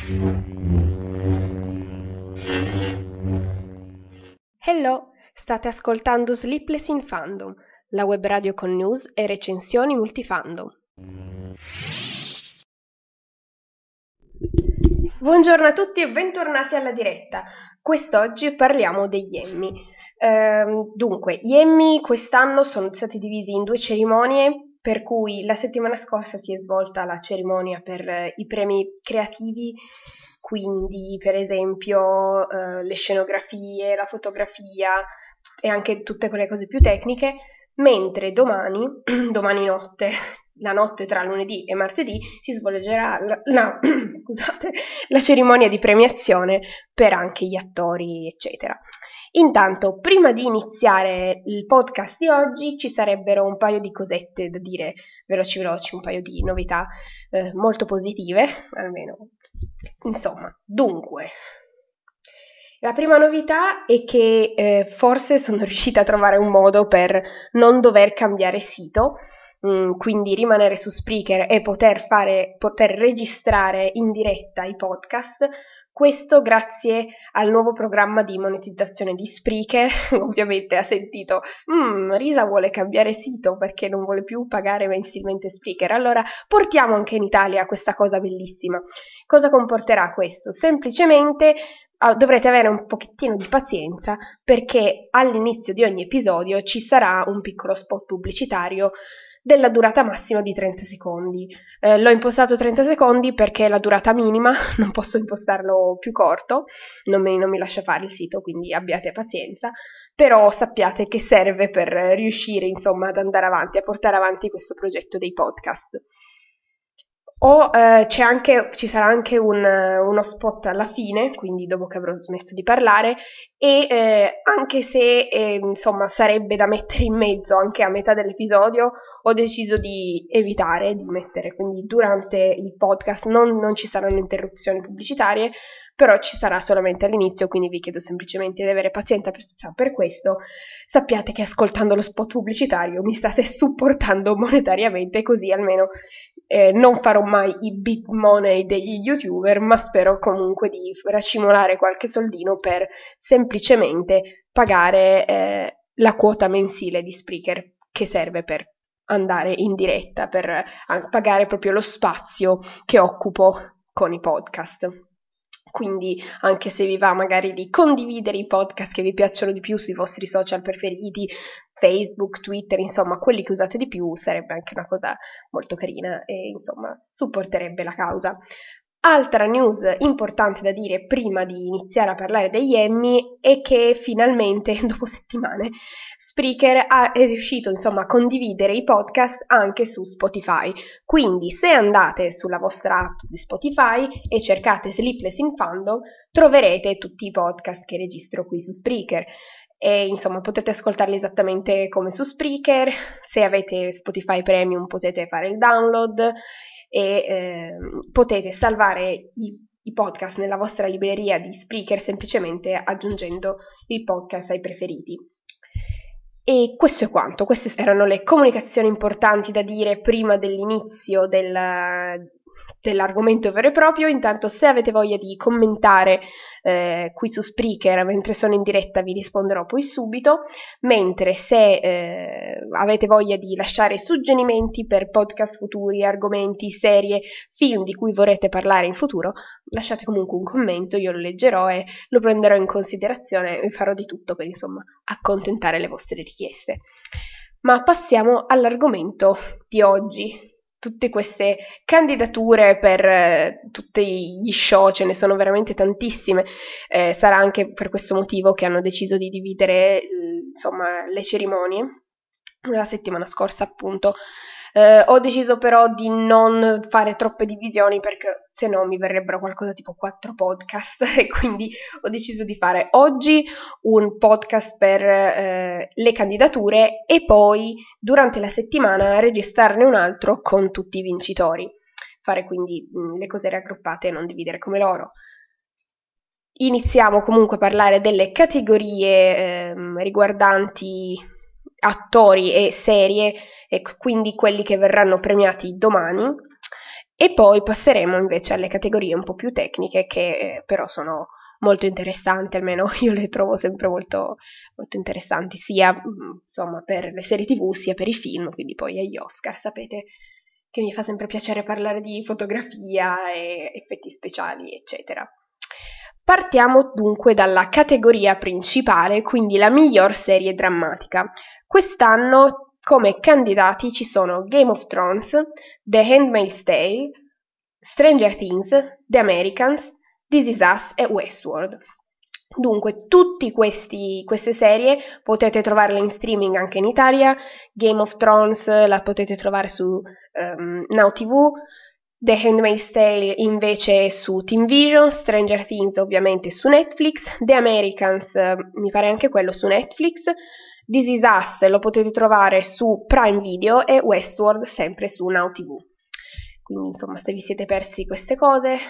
Hello, state ascoltando Sleepless in Fandom, la web radio con news e recensioni multifandom. Buongiorno a tutti e bentornati alla diretta. Quest'oggi parliamo degli Emmy. Dunque, gli Emmy quest'anno sono stati divisi in 2 cerimonie, per cui la settimana scorsa si è svolta la cerimonia per i premi creativi, quindi per esempio le scenografie, la fotografia e anche tutte quelle cose più tecniche, mentre domani notte, la notte tra lunedì e martedì, si svolgerà la cerimonia di premiazione per anche gli attori, eccetera. Intanto, prima di iniziare il podcast di oggi, ci sarebbero un paio di cosette da dire veloci, un paio di novità molto positive, almeno. Insomma, dunque, la prima novità è che forse sono riuscita a trovare un modo per non dover cambiare sito, quindi rimanere su Spreaker e poter registrare in diretta i podcast. Questo grazie al nuovo programma di monetizzazione di Spreaker. Ovviamente ha sentito Risa vuole cambiare sito perché non vuole più pagare mensilmente Spreaker, allora portiamo anche in Italia questa cosa bellissima. Cosa comporterà questo? Semplicemente dovrete avere un pochettino di pazienza perché all'inizio di ogni episodio ci sarà un piccolo spot pubblicitario della durata massima di 30 secondi. L'ho impostato 30 secondi perché è la durata minima, non posso impostarlo più corto, non mi lascia fare il sito, quindi abbiate pazienza, però sappiate che serve per riuscire insomma ad andare avanti, a portare avanti questo progetto dei podcast. Ci sarà anche uno spot alla fine, quindi dopo che avrò smesso di parlare, e anche se insomma sarebbe da mettere in mezzo anche a metà dell'episodio, ho deciso di evitare di mettere, quindi durante il podcast non ci saranno interruzioni pubblicitarie, però ci sarà solamente all'inizio, quindi vi chiedo semplicemente di avere pazienza per questo. Sappiate che ascoltando lo spot pubblicitario mi state supportando monetariamente, così almeno non farò mai i big money degli youtuber, ma spero comunque di racimolare qualche soldino per semplicemente pagare la quota mensile di Spreaker che serve per andare in diretta, per pagare proprio lo spazio che occupo con i podcast. Quindi anche se vi va magari di condividere i podcast che vi piacciono di più sui vostri social preferiti, Facebook, Twitter, insomma quelli che usate di più, sarebbe anche una cosa molto carina e insomma supporterebbe la causa. Altra news importante da dire prima di iniziare a parlare degli Emmy è che finalmente, dopo settimane, Spreaker è riuscito insomma a condividere i podcast anche su Spotify. Quindi se andate sulla vostra app di Spotify e cercate Sleepless in Fandom, troverete tutti i podcast che registro qui su Spreaker. E insomma potete ascoltarli esattamente come su Spreaker. Se avete Spotify Premium potete fare il download e potete salvare i podcast nella vostra libreria di Spreaker semplicemente aggiungendo il podcast ai preferiti. E questo è quanto, queste erano le comunicazioni importanti da dire prima dell'inizio dell'argomento vero e proprio. Intanto se avete voglia di commentare qui su Spreaker mentre sono in diretta vi risponderò poi subito, mentre se avete voglia di lasciare suggerimenti per podcast futuri, argomenti, serie, film di cui vorrete parlare in futuro, lasciate comunque un commento, io lo leggerò e lo prenderò in considerazione e farò di tutto per insomma accontentare le vostre richieste. Ma passiamo all'argomento di oggi. Tutte queste candidature per tutti gli show, ce ne sono veramente tantissime, sarà anche per questo motivo che hanno deciso di dividere insomma le cerimonie. La settimana scorsa appunto ho deciso però di non fare troppe divisioni perché se no mi verrebbero qualcosa tipo 4 podcast e quindi ho deciso di fare oggi un podcast per le candidature e poi durante la settimana registrarne un altro con tutti i vincitori, fare quindi le cose raggruppate e non dividere come loro. Iniziamo comunque a parlare delle categorie riguardanti attori e serie, e quindi quelli che verranno premiati domani. E poi passeremo invece alle categorie un po' più tecniche che però sono molto interessanti, almeno io le trovo sempre molto, molto interessanti, sia insomma per le serie TV sia per i film, quindi poi agli Oscar sapete che mi fa sempre piacere parlare di fotografia e effetti speciali, eccetera. Partiamo dunque dalla categoria principale, quindi la miglior serie drammatica. Quest'anno come candidati ci sono Game of Thrones, The Handmaid's Tale, Stranger Things, The Americans, This Is Us e Westworld. Dunque, tutte queste serie potete trovarle in streaming anche in Italia. Game of Thrones la potete trovare su Now TV, The Handmaid's Tale invece su TeamVision, Stranger Things ovviamente su Netflix, The Americans mi pare anche quello su Netflix, This Is Us lo potete trovare su Prime Video e Westworld sempre su Now TV. Quindi insomma se vi siete persi queste cose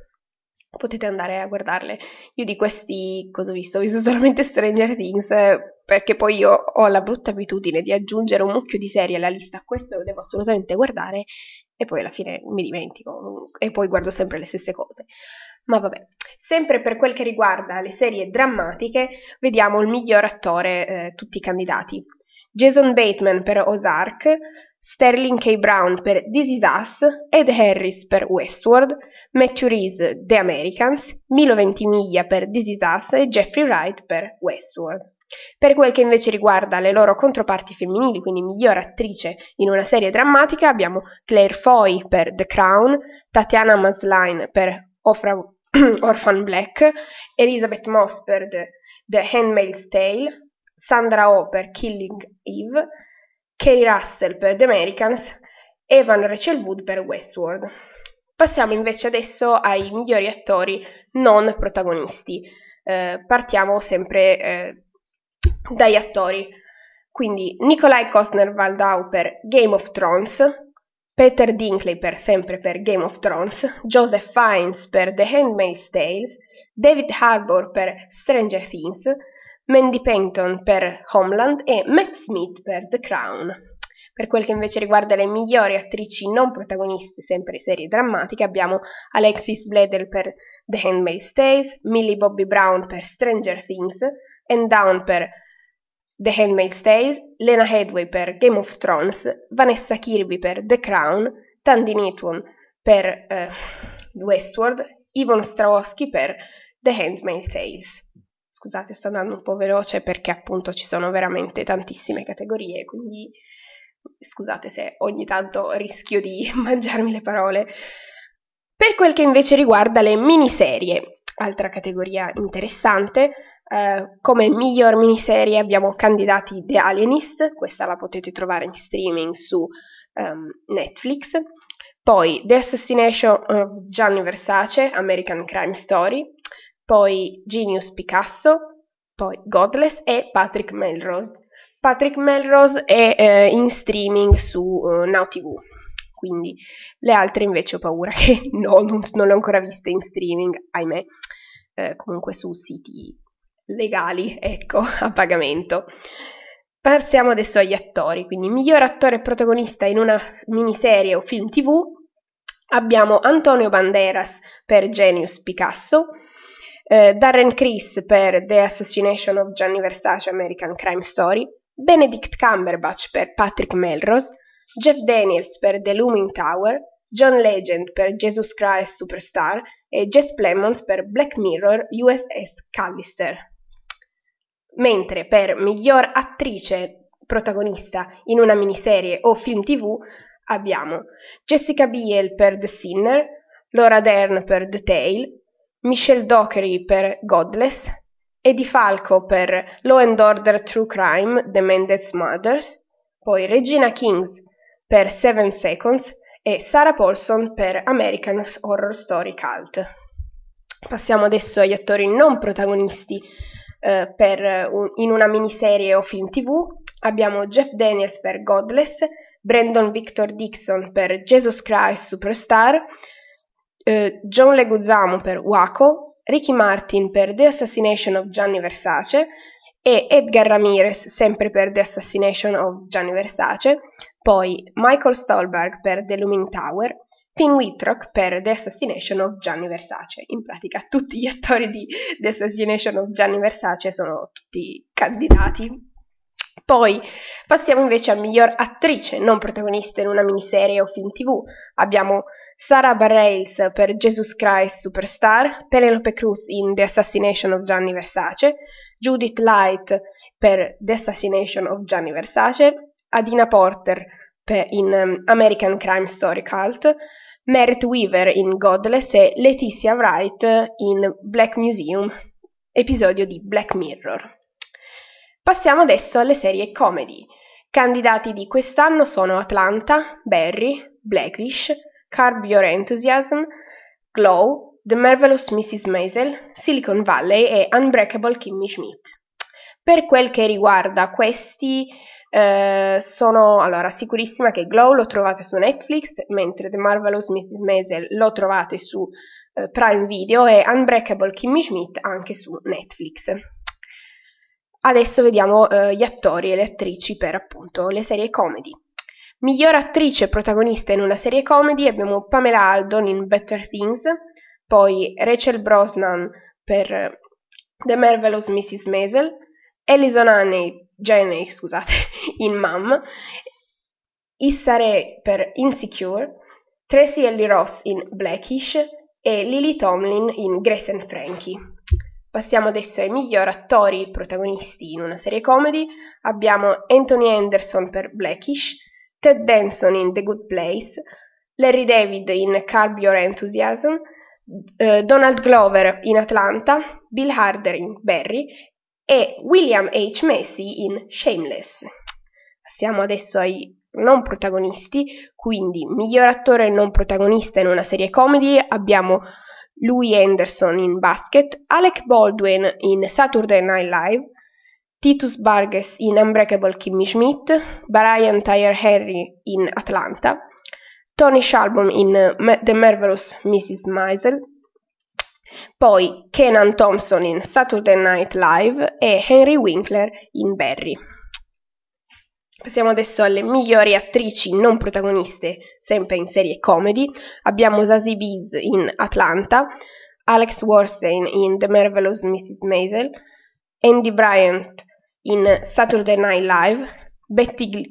potete andare a guardarle. Io di questi, cosa ho visto? Ho visto solamente Stranger Things, perché poi io ho la brutta abitudine di aggiungere un mucchio di serie alla lista, questo lo devo assolutamente guardare, e poi alla fine mi dimentico, e poi guardo sempre le stesse cose. Ma vabbè, sempre per quel che riguarda le serie drammatiche, vediamo il miglior attore, tutti i candidati. Jason Bateman per Ozark, Sterling K. Brown per This Is Us, Ed Harris per Westworld, Matthew Rhys The Americans, Milo Ventimiglia per This Is Us e Jeffrey Wright per Westworld. Per quel che invece riguarda le loro controparti femminili, quindi miglior attrice in una serie drammatica, abbiamo Claire Foy per The Crown, Tatiana Maslany per Orphan Black, Elizabeth Moss per The Handmaid's Tale, Sandra Oh per Killing Eve, Kerry Russell per The Americans, Evan Rachel Wood per Westworld. Passiamo invece adesso ai migliori attori non protagonisti. Partiamo sempre dagli attori. Quindi Nikolai Coster-Waldau per Game of Thrones, Peter Dinklage sempre per Game of Thrones, Joseph Fiennes per The Handmaid's Tale, David Harbour per Stranger Things, Mandy Patinkin per Homeland e Matt Smith per The Crown. Per quel che invece riguarda le migliori attrici non protagoniste, sempre serie drammatiche, abbiamo Alexis Bledel per The Handmaid's Tale, Millie Bobby Brown per Stranger Things, Anne Down per The Handmaid's Tale, Lena Headey per Game of Thrones, Vanessa Kirby per The Crown, Tandy Newton per Westworld, Yvonne Strahovski per The Handmaid's Tale. Scusate, sto andando un po' veloce perché appunto ci sono veramente tantissime categorie, quindi scusate se ogni tanto rischio di mangiarmi le parole. Per quel che invece riguarda le miniserie, altra categoria interessante, come miglior miniserie abbiamo candidati The Alienist, questa la potete trovare in streaming su Netflix, poi The Assassination of Gianni Versace, American Crime Story, poi Genius Picasso, poi Godless e Patrick Melrose. Patrick Melrose è in streaming su Now TV, quindi le altre invece ho paura che non le ho ancora viste in streaming, ahimè, comunque su siti legali, ecco, a pagamento. Passiamo adesso agli attori, quindi miglior attore protagonista in una miniserie o film TV abbiamo Antonio Banderas per Genius Picasso, Darren Criss per The Assassination of Gianni Versace, American Crime Story, Benedict Cumberbatch per Patrick Melrose, Jeff Daniels per The Looming Tower, John Legend per Jesus Christ Superstar e Jess Plemons per Black Mirror USS Callister. Mentre per miglior attrice protagonista in una miniserie o film TV abbiamo Jessica Biel per The Sinner, Laura Dern per The Tale, Michelle Dockery per Godless, Eddie Falco per Law and Order True Crime The Mendez Murders, poi Regina King per 7 Seconds e Sarah Paulson per American Horror Story Cult. Passiamo adesso agli attori non protagonisti in una miniserie o film TV. Abbiamo Jeff Daniels per Godless, Brandon Victor Dixon per Jesus Christ Superstar, John Leguizamo per Waco, Ricky Martin per The Assassination of Gianni Versace e Edgar Ramirez sempre per The Assassination of Gianni Versace, poi Michael Stolberg per The Looming Tower, Finn Wittrock per The Assassination of Gianni Versace. In pratica tutti gli attori di The Assassination of Gianni Versace sono tutti candidati. Poi passiamo invece a miglior attrice non protagonista in una miniserie o film TV. Abbiamo Sarah Bareilles per Jesus Christ Superstar, Penelope Cruz in The Assassination of Gianni Versace, Judith Light per The Assassination of Gianni Versace, Adina Porter in American Crime Story Cult, Merritt Weaver in Godless e Leticia Wright in Black Museum, episodio di Black Mirror. Passiamo adesso alle serie comedy. Candidati di quest'anno sono Atlanta, Barry, Blackish, Curb Your Enthusiasm, Glow, The Marvelous Mrs. Maisel, Silicon Valley e Unbreakable Kimmy Schmidt. Per quel che riguarda questi, sono sicurissima che Glow lo trovate su Netflix, mentre The Marvelous Mrs. Maisel lo trovate su Prime Video e Unbreakable Kimmy Schmidt anche su Netflix. Adesso vediamo gli attori e le attrici per appunto le serie comedy. Miglior attrice protagonista in una serie comedy abbiamo Pamela Aldon in Better Things, poi Rachel Brosnan per The Marvelous Mrs. Maisel, Alison Janney in Mom, Issa Rae per Insecure, Tracy Ellie Ross in Blackish e Lily Tomlin in Grace and Frankie. Passiamo adesso ai miglior attori protagonisti in una serie comedy. Abbiamo Anthony Anderson per Blackish, Ted Danson in The Good Place, Larry David in Curb Your Enthusiasm, Donald Glover in Atlanta, Bill Hader in Barry e William H. Macy in Shameless. Passiamo adesso ai non protagonisti, quindi miglior attore non protagonista in una serie comedy abbiamo Louis Anderson in Basket, Alec Baldwin in Saturday Night Live, Titus Burgess in Unbreakable Kimmy Schmidt, Brian Tyree Henry in Atlanta, Tony Shalhoub in The Marvelous Mrs. Maisel, poi Kenan Thompson in Saturday Night Live e Henry Winkler in Barry. Passiamo adesso alle migliori attrici non protagoniste, sempre in serie comedy. Abbiamo Zazie Beetz in Atlanta, Alex Borstein in The Marvelous Mrs. Maisel, Andy Bryant in Saturday Night Live, Betty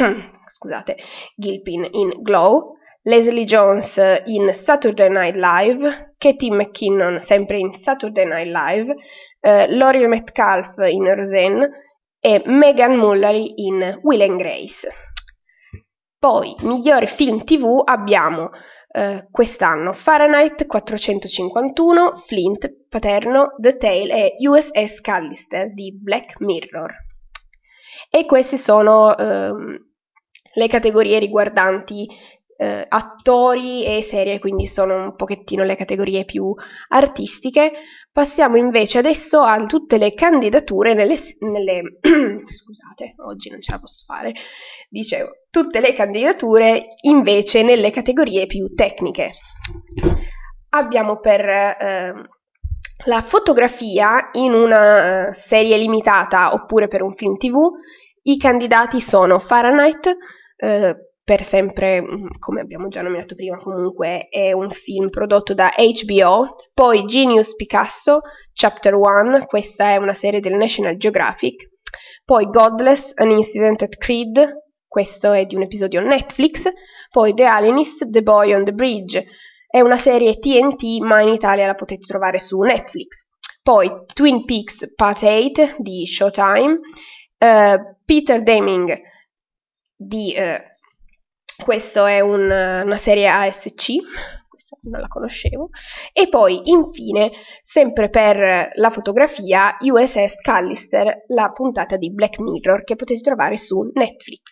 Gilpin in Glow, Leslie Jones in Saturday Night Live, Katie McKinnon sempre in Saturday Night Live, Laurie Metcalf in Roseanne e Megan Mullally in Will and Grace. Poi, miglior film TV abbiamo quest'anno Fahrenheit 451, Flint, Paterno, The Tale e USS Callister di Black Mirror. E queste sono le categorie riguardanti attori e serie, quindi sono un pochettino le categorie più artistiche. Passiamo invece adesso a tutte le candidature scusate, oggi non ce la posso fare, dicevo, tutte le candidature invece nelle categorie più tecniche. Abbiamo per la fotografia in una serie limitata oppure per un film TV, i candidati sono Fahrenheit, per sempre, come abbiamo già nominato prima, comunque è un film prodotto da HBO, poi Genius Picasso, Chapter 1, questa è una serie del National Geographic, poi Godless, An Incident at Creed, questo è di un episodio Netflix, poi The Alienist, The Boy on the Bridge, è una serie TNT, ma in Italia la potete trovare su Netflix, poi Twin Peaks Part 8 di Showtime, Peter Deming di... questo è una serie ASC, questa non la conoscevo, e poi infine, sempre per la fotografia, USS Callister, la puntata di Black Mirror che potete trovare su Netflix.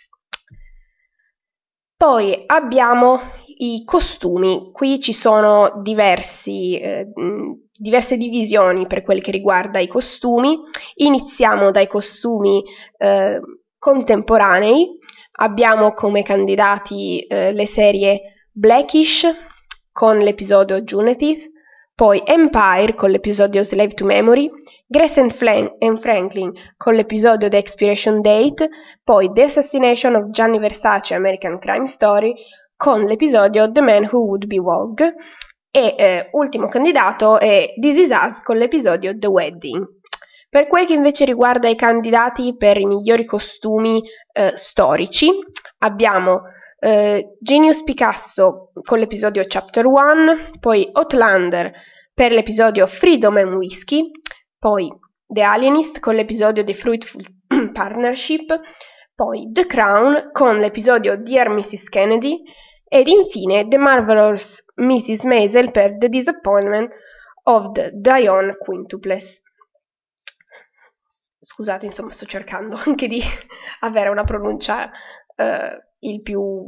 Poi abbiamo i costumi, qui ci sono diverse divisioni per quel che riguarda i costumi, iniziamo dai costumi contemporanei. Abbiamo come candidati le serie Blackish con l'episodio Juneteenth, poi Empire con l'episodio Slave to Memory, Grace and Franklin con l'episodio The Expiration Date, poi The Assassination of Gianni Versace American Crime Story, con l'episodio The Man Who Would Be Vogue e ultimo candidato è This Is Us con l'episodio The Wedding. Per quel che invece riguarda i candidati per i migliori costumi storici, abbiamo Genius Picasso con l'episodio Chapter 1, poi Outlander per l'episodio Freedom and Whiskey, poi The Alienist con l'episodio The Fruitful Partnership, poi The Crown con l'episodio Dear Mrs. Kennedy ed infine The Marvelous Mrs. Maisel per The Disappointment of the Dione Quintuples. Scusate, insomma, sto cercando anche di avere una pronuncia il più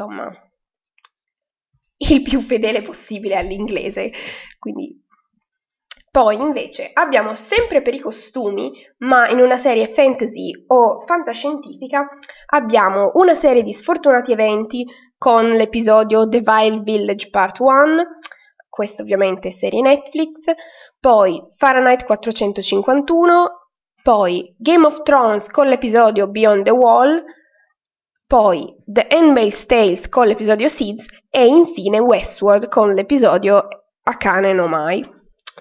fedele possibile all'inglese, quindi. Poi invece abbiamo sempre per i costumi, ma in una serie fantasy o fantascientifica, abbiamo una serie di sfortunati eventi con l'episodio The Vile Village Part 1, questa ovviamente è serie Netflix, poi Fahrenheit 451, poi Game of Thrones con l'episodio Beyond the Wall, poi The Handmaid's Tale con l'episodio Seeds e infine Westworld con l'episodio Akane no Mai.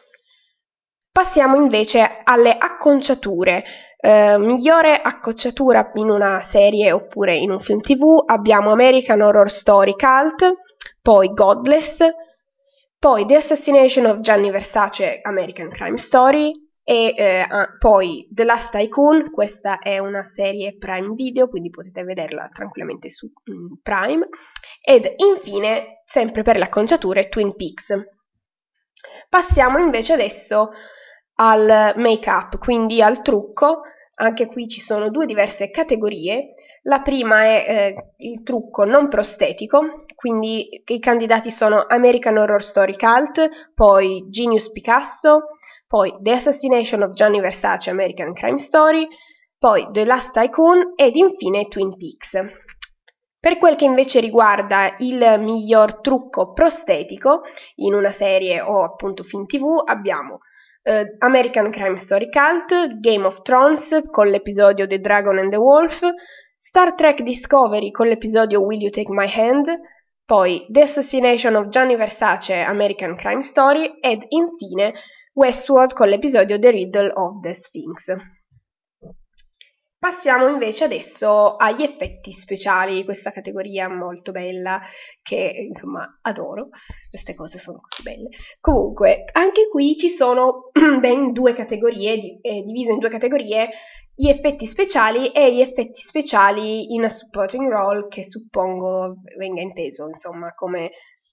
Passiamo invece alle acconciature. Migliore acconciatura in una serie oppure in un film TV abbiamo American Horror Story Cult, poi Godless, poi The Assassination of Gianni Versace American Crime Story e poi The Last Tycoon, questa è una serie Prime Video, quindi potete vederla tranquillamente su Prime, ed infine, sempre per le acconciature, Twin Peaks. Passiamo invece adesso al make-up, quindi al trucco. Anche qui ci sono due diverse categorie. La prima è il trucco non prostetico, quindi i candidati sono American Horror Story Cult, poi Genius Picasso, poi The Assassination of Gianni Versace American Crime Story, poi The Last Tycoon ed infine Twin Peaks. Per quel che invece riguarda il miglior trucco prostetico in una serie o appunto film TV abbiamo American Crime Story Cult, Game of Thrones con l'episodio The Dragon and the Wolf, Star Trek Discovery con l'episodio Will You Take My Hand, poi The Assassination of Gianni Versace American Crime Story ed infine Westworld con l'episodio The Riddle of the Sphinx. Passiamo invece adesso agli effetti speciali, questa categoria molto bella che insomma adoro, queste cose sono così belle. Comunque, anche qui ci sono ben due categorie, divise in due categorie, gli effetti speciali e gli effetti speciali in a supporting role, che suppongo venga inteso insomma come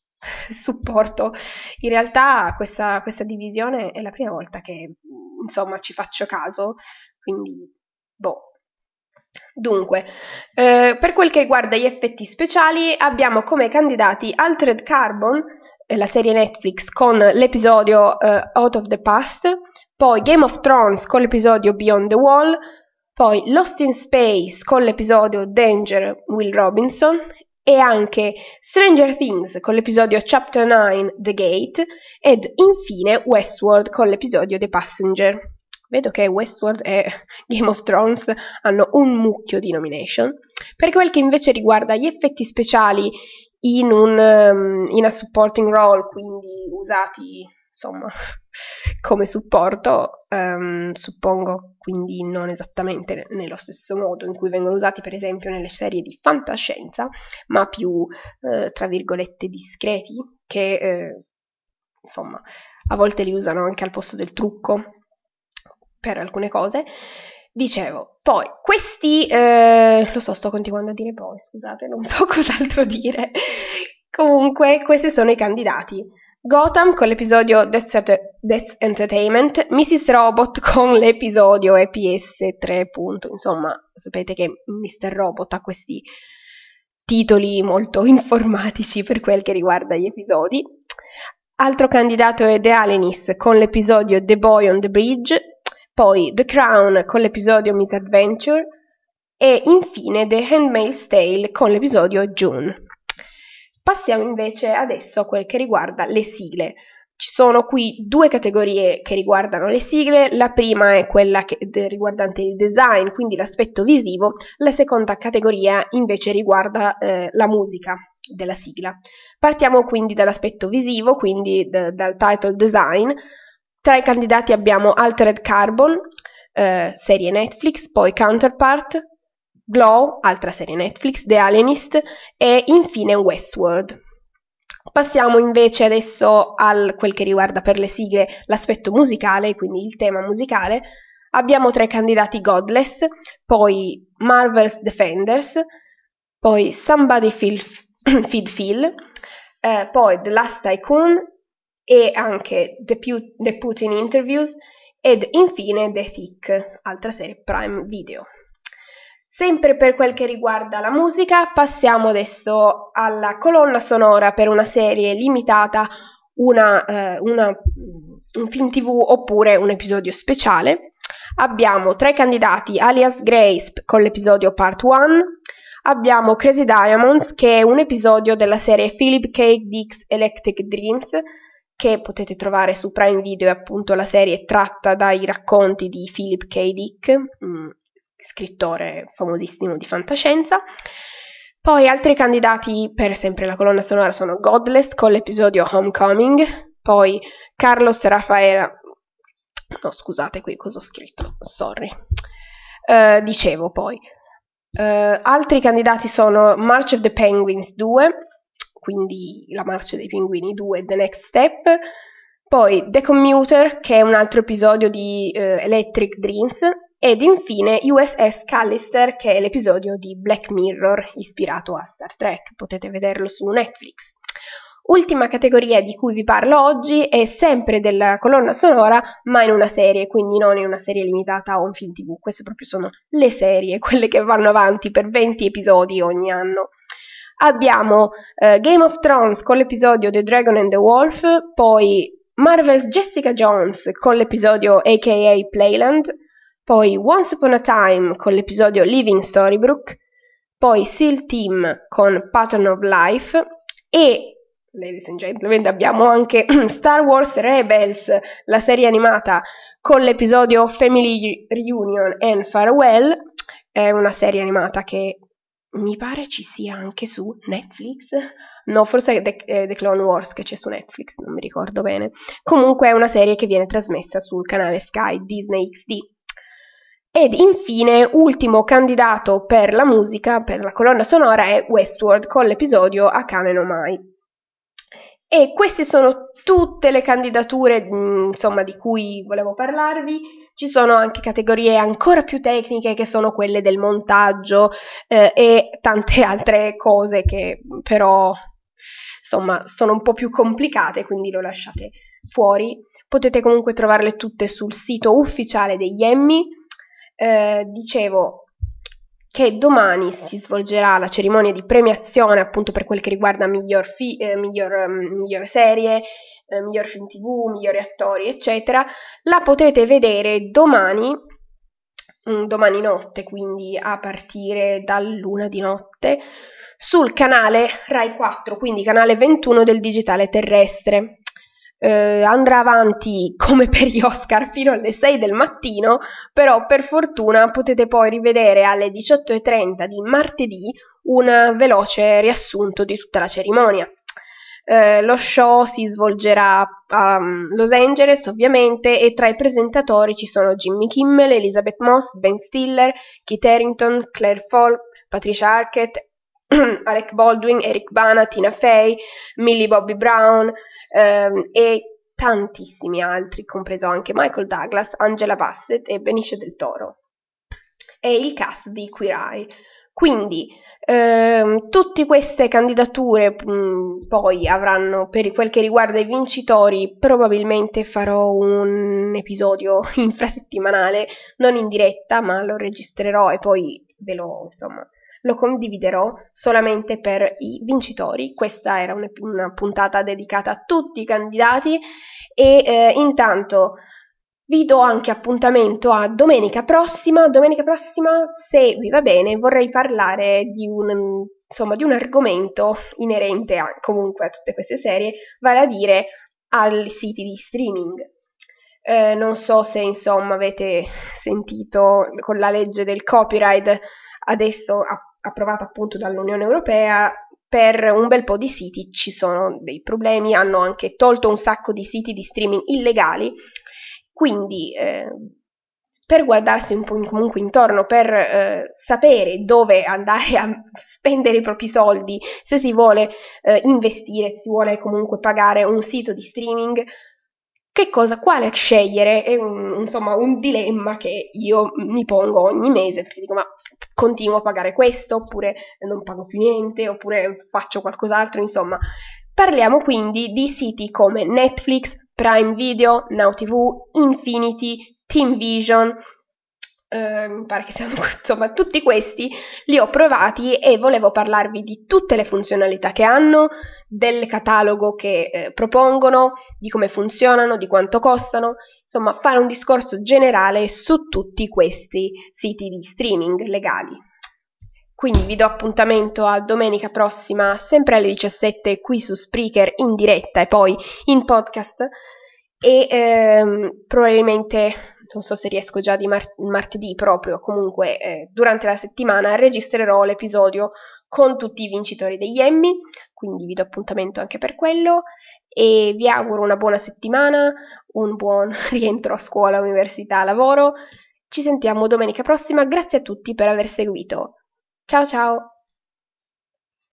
supporto. In realtà questa divisione è la prima volta che insomma ci faccio caso, quindi boh. Dunque, per quel che riguarda gli effetti speciali abbiamo come candidati Altered Carbon, la serie Netflix con l'episodio Out of the Past, poi Game of Thrones con l'episodio Beyond the Wall, poi Lost in Space con l'episodio Danger Will Robinson e anche Stranger Things con l'episodio Chapter 9 The Gate ed infine Westworld con l'episodio The Passenger. Vedo che Westworld e Game of Thrones hanno un mucchio di nomination. Per quel che invece riguarda gli effetti speciali in a supporting role, quindi usati insomma come supporto, suppongo quindi non esattamente nello stesso modo in cui vengono usati per esempio nelle serie di fantascienza, ma più tra virgolette discreti, che insomma a volte li usano anche al posto del trucco per alcune cose. Dicevo, poi questi lo so, sto continuando a dire poi, scusate, non so cos'altro dire. Comunque, questi sono i candidati. Gotham con l'episodio That's Entertainment, Mrs. Robot con l'episodio EPS 3. Insomma, sapete che Mr. Robot ha questi titoli molto informatici per quel che riguarda gli episodi. Altro candidato è The Alienist con l'episodio The Boy on the Bridge, poi The Crown con l'episodio Misadventure e infine The Handmaid's Tale con l'episodio June. Passiamo invece adesso a quel che riguarda le sigle. Ci sono qui due categorie che riguardano le sigle, la prima è quella riguardante il design, quindi l'aspetto visivo, la seconda categoria invece riguarda la musica, della sigla. Partiamo quindi dall'aspetto visivo, quindi dal title design. Tra i candidati abbiamo Altered Carbon, serie Netflix, poi Counterpart, Glow, altra serie Netflix, The Alienist e infine Westworld. Passiamo invece adesso a quel che riguarda per le sigle l'aspetto musicale, quindi il tema musicale. Abbiamo tra i candidati Godless, poi Marvel's Defenders, poi Somebody Feed Phil, poi The Last Tycoon e anche The Putin Interviews ed infine The Thick, altra serie Prime Video. Sempre per quel che riguarda la musica, passiamo adesso alla colonna sonora per una serie limitata, un film TV oppure un episodio speciale. Abbiamo tra i candidati Alias Grace con l'episodio Part 1, abbiamo Crazy Diamonds che è un episodio della serie Philip K. Dick's Electric Dreams, che potete trovare su Prime Video, è appunto la serie tratta dai racconti di Philip K. Dick, scrittore famosissimo di fantascienza. Poi altri candidati per sempre la colonna sonora sono Godless con l'episodio Homecoming, poi Carlos Rafaela, no scusate qui cosa ho scritto, sorry, dicevo poi, altri candidati sono March of the Penguins 2, quindi la marcia dei pinguini 2, The Next Step, poi The Commuter che è un altro episodio di Electric Dreams, ed infine USS Callister che è l'episodio di Black Mirror ispirato a Star Trek, potete vederlo su Netflix. Ultima categoria di cui vi parlo oggi è sempre della colonna sonora ma in una serie, quindi non in una serie limitata a un film TV, queste proprio sono le serie, quelle che vanno avanti per 20 episodi ogni anno. Abbiamo Game of Thrones con l'episodio The Dragon and the Wolf, poi Marvel's Jessica Jones con l'episodio AKA Playland, poi Once Upon a Time con l'episodio Living Storybrooke, poi SEAL Team con Pattern of Life e, ladies and gentlemen, abbiamo anche Star Wars Rebels, la serie animata con l'episodio Family Reunion and Farewell, è una serie animata che mi pare ci sia anche su Netflix, no forse è The Clone Wars che c'è su Netflix, non mi ricordo bene, comunque è una serie che viene trasmessa sul canale Sky Disney XD. Ed infine, ultimo candidato per la musica, per la colonna sonora, è Westworld con l'episodio Akane no Mai. E queste sono tutte le candidature, insomma, di cui volevo parlarvi. Ci sono anche categorie ancora più tecniche che sono quelle del montaggio e tante altre cose che però, insomma, sono un po' più complicate, quindi lo lasciate fuori. Potete comunque trovarle tutte sul sito ufficiale degli Emmy. Dicevo che domani si svolgerà la cerimonia di premiazione appunto per quel che riguarda miglior serie, miglior film TV, migliori attori, eccetera. La potete vedere domani notte, quindi a partire dall'1 di notte, sul canale Rai 4, quindi canale 21 del digitale terrestre. Andrà avanti come per gli Oscar fino alle 6 del mattino, però per fortuna potete poi rivedere alle 18:30 di martedì un veloce riassunto di tutta la cerimonia. Lo show si svolgerà a Los Angeles ovviamente e tra i presentatori ci sono Jimmy Kimmel, Elizabeth Moss, Ben Stiller, Kit Harington, Claire Falk, Patricia Arquette, Alec Baldwin, Eric Bana, Tina Fey, Millie Bobby Brown e tantissimi altri, compreso anche Michael Douglas, Angela Bassett e Benicio del Toro. E il cast di Queer Eye. Quindi tutte queste candidature poi avranno, per quel che riguarda i vincitori, probabilmente farò un episodio infrasettimanale, non in diretta, ma lo registrerò e poi ve lo condividerò solamente per i vincitori. Questa era una puntata dedicata a tutti i candidati e intanto vi do anche appuntamento a domenica prossima. Domenica prossima, se vi va bene, vorrei parlare di un argomento inerente comunque a tutte queste serie, vale a dire ai siti di streaming. Non so se insomma avete sentito con la legge del copyright adesso approvata appunto dall'Unione Europea, per un bel po' di siti ci sono dei problemi, hanno anche tolto un sacco di siti di streaming illegali, quindi per guardarsi un po' comunque intorno, per sapere dove andare a spendere i propri soldi, se si vuole investire, se si vuole comunque pagare un sito di streaming, quale scegliere? È insomma un dilemma che io mi pongo ogni mese, perché dico, ma continuo a pagare questo, oppure non pago più niente, oppure faccio qualcos'altro, insomma. Parliamo quindi di siti come Netflix, Prime Video, Now TV, Infinity, TeamVision, mi pare che siano, insomma, tutti questi li ho provati e volevo parlarvi di tutte le funzionalità che hanno, del catalogo che propongono, di come funzionano, di quanto costano, insomma, fare un discorso generale su tutti questi siti di streaming legali. Quindi vi do appuntamento a domenica prossima, sempre alle 17, qui su Spreaker in diretta e poi in podcast, e probabilmente, non so se riesco già di martedì proprio, comunque durante la settimana registrerò l'episodio con tutti i vincitori degli Emmy, quindi vi do appuntamento anche per quello e vi auguro una buona settimana, un buon rientro a scuola, università, lavoro. Ci sentiamo domenica prossima, grazie a tutti per aver seguito. Ciao ciao!